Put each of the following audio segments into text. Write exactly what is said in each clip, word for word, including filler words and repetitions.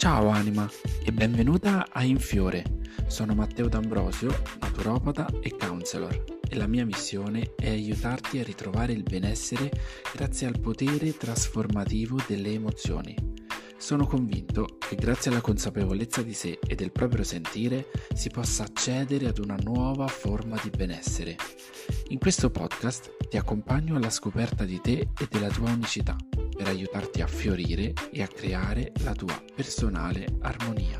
Ciao anima e benvenuta a Infiore. Sono Matteo D'Ambrosio, naturopata e counselor e la mia missione è aiutarti a ritrovare il benessere grazie al potere trasformativo delle emozioni. Sono convinto che grazie alla consapevolezza di sé e del proprio sentire si possa accedere ad una nuova forma di benessere. In questo podcast ti accompagno alla scoperta di te e della tua unicità per aiutarti a fiorire e a creare la tua personale armonia.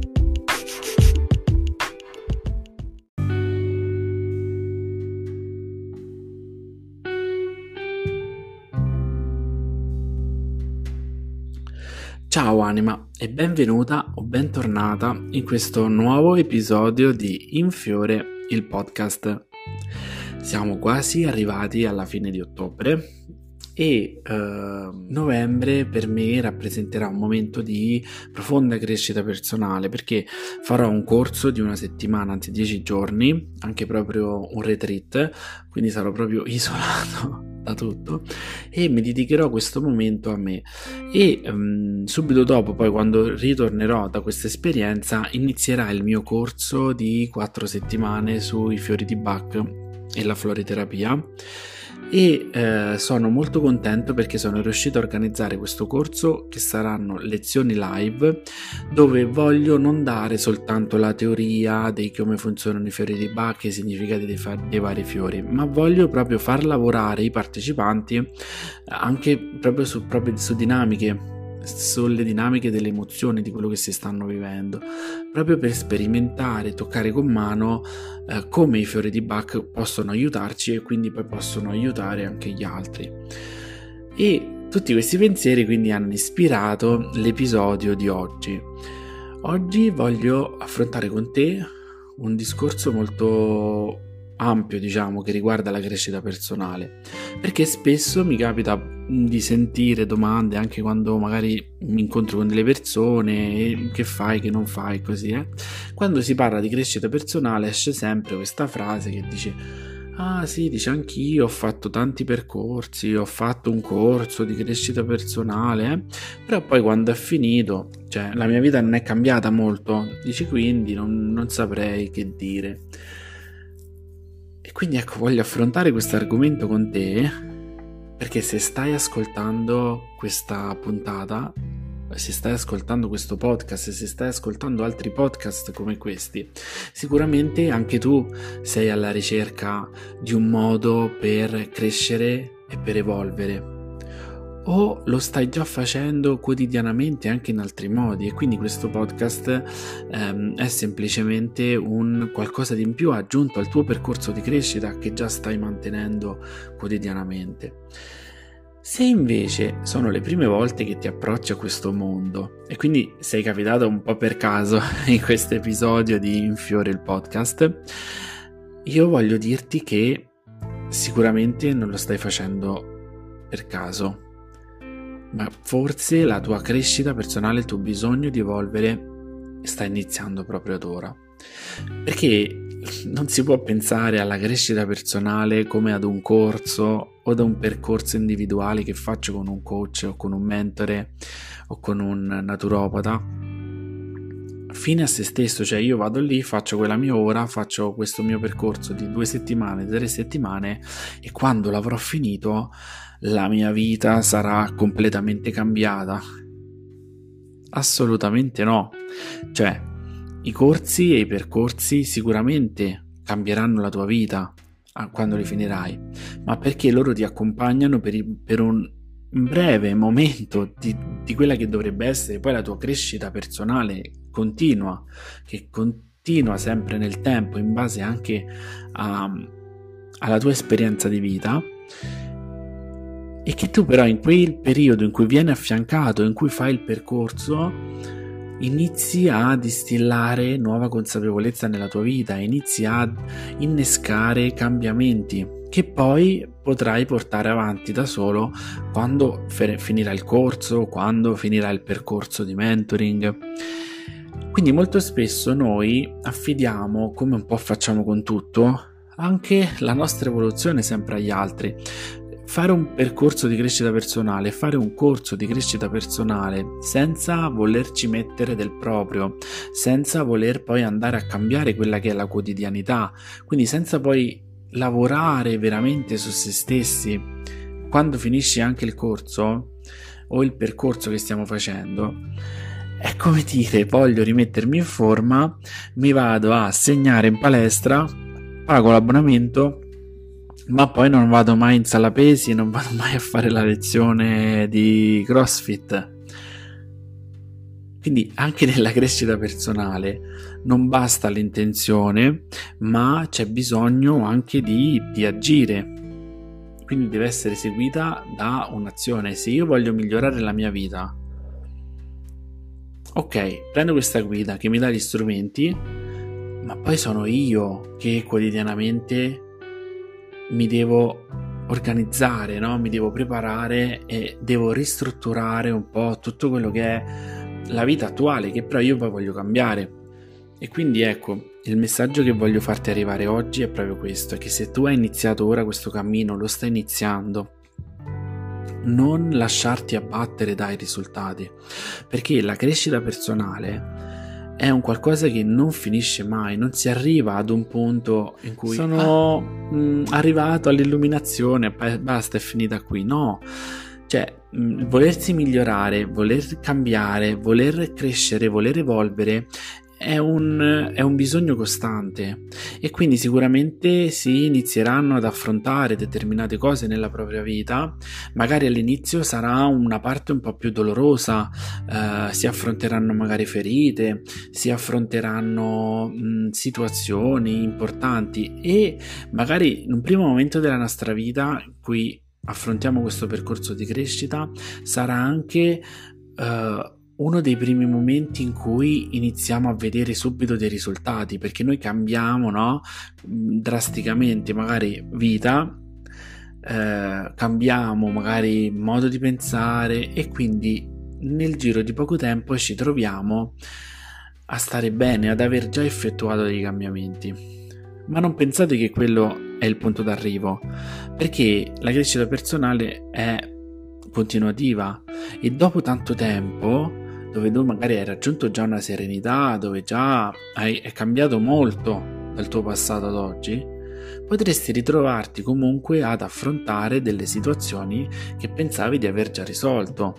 Ciao anima e benvenuta o bentornata in questo nuovo episodio di Infiore, il podcast. Siamo quasi arrivati alla fine di ottobre e uh, novembre per me rappresenterà un momento di profonda crescita personale, perché farò un corso di una settimana, anzi dieci giorni, anche proprio un retreat, quindi sarò proprio isolato da tutto e mi dedicherò questo momento a me e um, subito dopo, poi quando ritornerò da questa esperienza, inizierà il mio corso di quattro settimane sui fiori di Bach e la floriterapia. E eh, sono molto contento perché sono riuscito a organizzare questo corso, che saranno lezioni live dove voglio non dare soltanto la teoria di come funzionano i fiori di Bach e i significati dei, fa- dei vari fiori, ma voglio proprio far lavorare i partecipanti anche proprio su, proprio su dinamiche sulle dinamiche delle emozioni, di quello che si stanno vivendo, proprio per sperimentare, toccare con mano eh, come i fiori di Bach possono aiutarci e quindi poi possono aiutare anche gli altri. E tutti questi pensieri quindi hanno ispirato l'episodio di oggi. Oggi voglio affrontare con te un discorso molto ampio, diciamo, che riguarda la crescita personale, perché spesso mi capita di sentire domande anche quando magari mi incontro con delle persone: che fai, che non fai, così eh? Quando si parla di crescita personale esce sempre questa frase che dice: ah sì, dice anch'io ho fatto tanti percorsi, ho fatto un corso di crescita personale, eh? Però poi quando è finito, cioè la mia vita non è cambiata molto, dici, quindi non, non saprei che dire. E quindi ecco, voglio affrontare questo argomento con te, perché se stai ascoltando questa puntata, se stai ascoltando questo podcast, se stai ascoltando altri podcast come questi, sicuramente anche tu sei alla ricerca di un modo per crescere e per evolvere, o lo stai già facendo quotidianamente anche in altri modi, e quindi questo podcast ehm, è semplicemente un qualcosa di in più aggiunto al tuo percorso di crescita che già stai mantenendo quotidianamente. Se invece sono le prime volte che ti approcci a questo mondo e quindi sei capitato un po' per caso in questo episodio di Infiore il podcast, io voglio dirti che sicuramente non lo stai facendo per caso, ma forse la tua crescita personale, il tuo bisogno di evolvere sta iniziando proprio ad ora, perché non si può pensare alla crescita personale come ad un corso o da un percorso individuale che faccio con un coach o con un mentore o con un naturopata fine a se stesso. Cioè io vado lì, faccio quella mia ora, faccio questo mio percorso di due settimane, tre settimane e quando l'avrò finito la mia vita sarà completamente cambiata. Assolutamente no. Cioè, i corsi e i percorsi sicuramente cambieranno la tua vita quando li finirai, ma perché loro ti accompagnano per, i, per un breve momento di, di quella che dovrebbe essere poi la tua crescita personale continua, che continua sempre nel tempo in base anche a, alla tua esperienza di vita, e che tu però in quel periodo in cui vieni affiancato, in cui fai il percorso, inizi a distillare nuova consapevolezza nella tua vita, inizi a innescare cambiamenti che poi potrai portare avanti da solo quando fer- finirà il corso, quando finirà il percorso di mentoring. Quindi molto spesso noi affidiamo, come un po' facciamo con tutto, anche la nostra evoluzione sempre agli altri. fare un percorso di crescita personale, fare un corso di crescita personale senza volerci mettere del proprio, senza voler poi andare a cambiare quella che è la quotidianità, quindi senza poi lavorare veramente su se stessi. Quando finisci anche il corso o il percorso che stiamo facendo, è come dire: voglio rimettermi in forma, mi vado a segnare in palestra, pago l'abbonamento, ma poi non vado mai in sala pesi, non vado mai a fare la lezione di CrossFit. Quindi anche nella crescita personale non basta l'intenzione, ma c'è bisogno anche di, di agire. Quindi deve essere seguita da un'azione. Se io voglio migliorare la mia vita, ok, prendo questa guida che mi dà gli strumenti, ma poi sono io che quotidianamente mi devo organizzare, no? Mi devo preparare e devo ristrutturare un po' tutto quello che è la vita attuale, che però io poi voglio cambiare. E quindi ecco, il messaggio che voglio farti arrivare oggi è proprio questo: è che se tu hai iniziato ora questo cammino, lo stai iniziando, non lasciarti abbattere dai risultati, perché la crescita personale è un qualcosa che non finisce mai, non si arriva ad un punto in cui sono ah. mh, arrivato all'illuminazione, basta, è finita qui. No, cioè mh, volersi migliorare, voler cambiare, voler crescere, voler evolvere è un, è un bisogno costante, e quindi sicuramente si inizieranno ad affrontare determinate cose nella propria vita. Magari all'inizio sarà una parte un po' più dolorosa, eh, si affronteranno magari ferite, si affronteranno mh, situazioni importanti, e magari in un primo momento della nostra vita in cui affrontiamo questo percorso di crescita sarà anche eh, uno dei primi momenti in cui iniziamo a vedere subito dei risultati, perché noi cambiamo, no? drasticamente magari vita, eh, cambiamo magari modo di pensare, e quindi nel giro di poco tempo ci troviamo a stare bene, ad aver già effettuato dei cambiamenti. Ma non pensate che quello è il punto d'arrivo, perché la crescita personale è continuativa, e dopo tanto tempo, dove tu magari hai raggiunto già una serenità, dove già hai è cambiato molto dal tuo passato ad oggi, potresti ritrovarti comunque ad affrontare delle situazioni che pensavi di aver già risolto.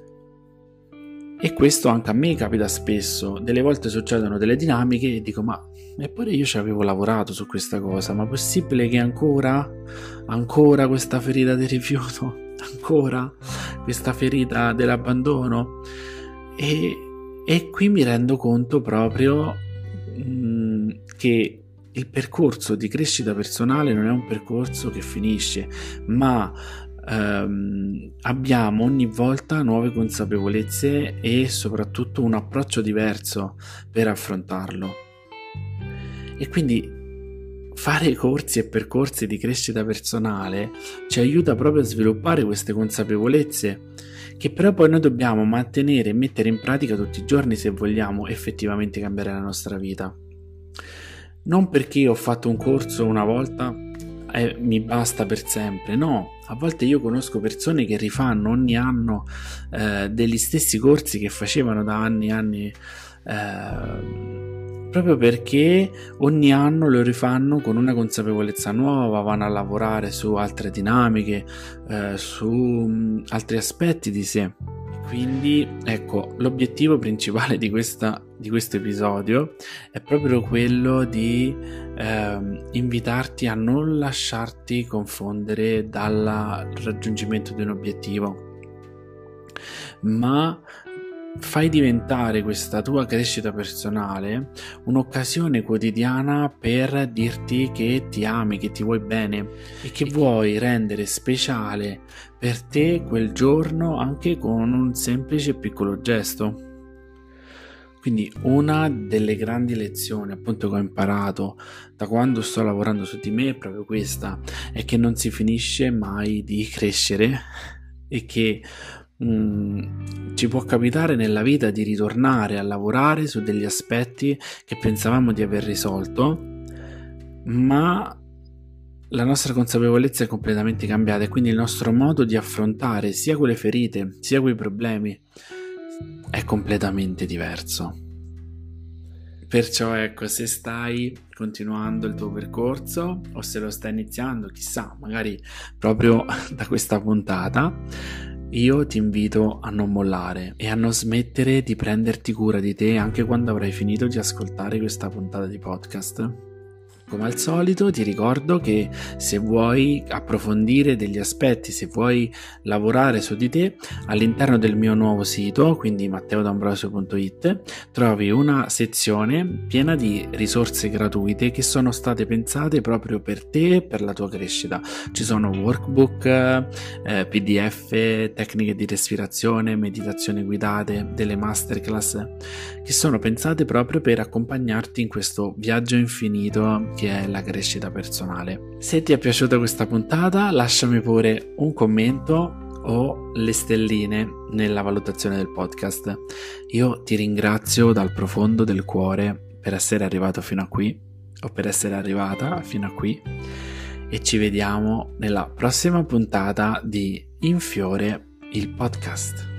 E questo anche a me capita spesso. Delle volte succedono delle dinamiche e dico: ma eppure io ci avevo lavorato su questa cosa, ma possibile che ancora ancora questa ferita di rifiuto, ancora questa ferita dell'abbandono? E, e qui mi rendo conto proprio mh, che il percorso di crescita personale non è un percorso che finisce, ma ehm, abbiamo ogni volta nuove consapevolezze e soprattutto un approccio diverso per affrontarlo. E quindi fare corsi e percorsi di crescita personale ci aiuta proprio a sviluppare queste consapevolezze, che però poi noi dobbiamo mantenere e mettere in pratica tutti i giorni se vogliamo effettivamente cambiare la nostra vita. Non perché ho fatto un corso una volta e mi basta per sempre, no. A volte io conosco persone che rifanno ogni anno eh, degli stessi corsi che facevano da anni e anni, eh, proprio perché ogni anno lo rifanno con una consapevolezza nuova, vanno a lavorare su altre dinamiche, eh, su mh, altri aspetti di sé. Quindi ecco, l'obiettivo principale di, questa, di questo episodio è proprio quello di eh, invitarti a non lasciarti confondere dal raggiungimento di un obiettivo, ma fai diventare questa tua crescita personale un'occasione quotidiana per dirti che ti ami, che ti vuoi bene e che vuoi rendere speciale per te quel giorno anche con un semplice piccolo gesto. Quindi una delle grandi lezioni appunto che ho imparato da quando sto lavorando su di me è proprio questa, è che non si finisce mai di crescere e che Mm, ci può capitare nella vita di ritornare a lavorare su degli aspetti che pensavamo di aver risolto, ma la nostra consapevolezza è completamente cambiata e quindi il nostro modo di affrontare sia quelle ferite, sia quei problemi è completamente diverso. Perciò ecco, se stai continuando il tuo percorso o se lo stai iniziando, chissà, magari proprio da questa puntata, io ti invito a non mollare e a non smettere di prenderti cura di te anche quando avrai finito di ascoltare questa puntata di podcast. Come al solito ti ricordo che se vuoi approfondire degli aspetti, se vuoi lavorare su di te, all'interno del mio nuovo sito, quindi matteo d'ambrosio punto it, trovi una sezione piena di risorse gratuite che sono state pensate proprio per te e per la tua crescita. Ci sono workbook, eh, P D F, tecniche di respirazione, meditazioni guidate, delle masterclass che sono pensate proprio per accompagnarti in questo viaggio infinito che è la crescita personale. Se ti è piaciuta questa puntata, lasciami pure un commento o le stelline nella valutazione del podcast. Io ti ringrazio dal profondo del cuore per essere arrivato fino a qui o per essere arrivata fino a qui e ci vediamo nella prossima puntata di Infiore il podcast.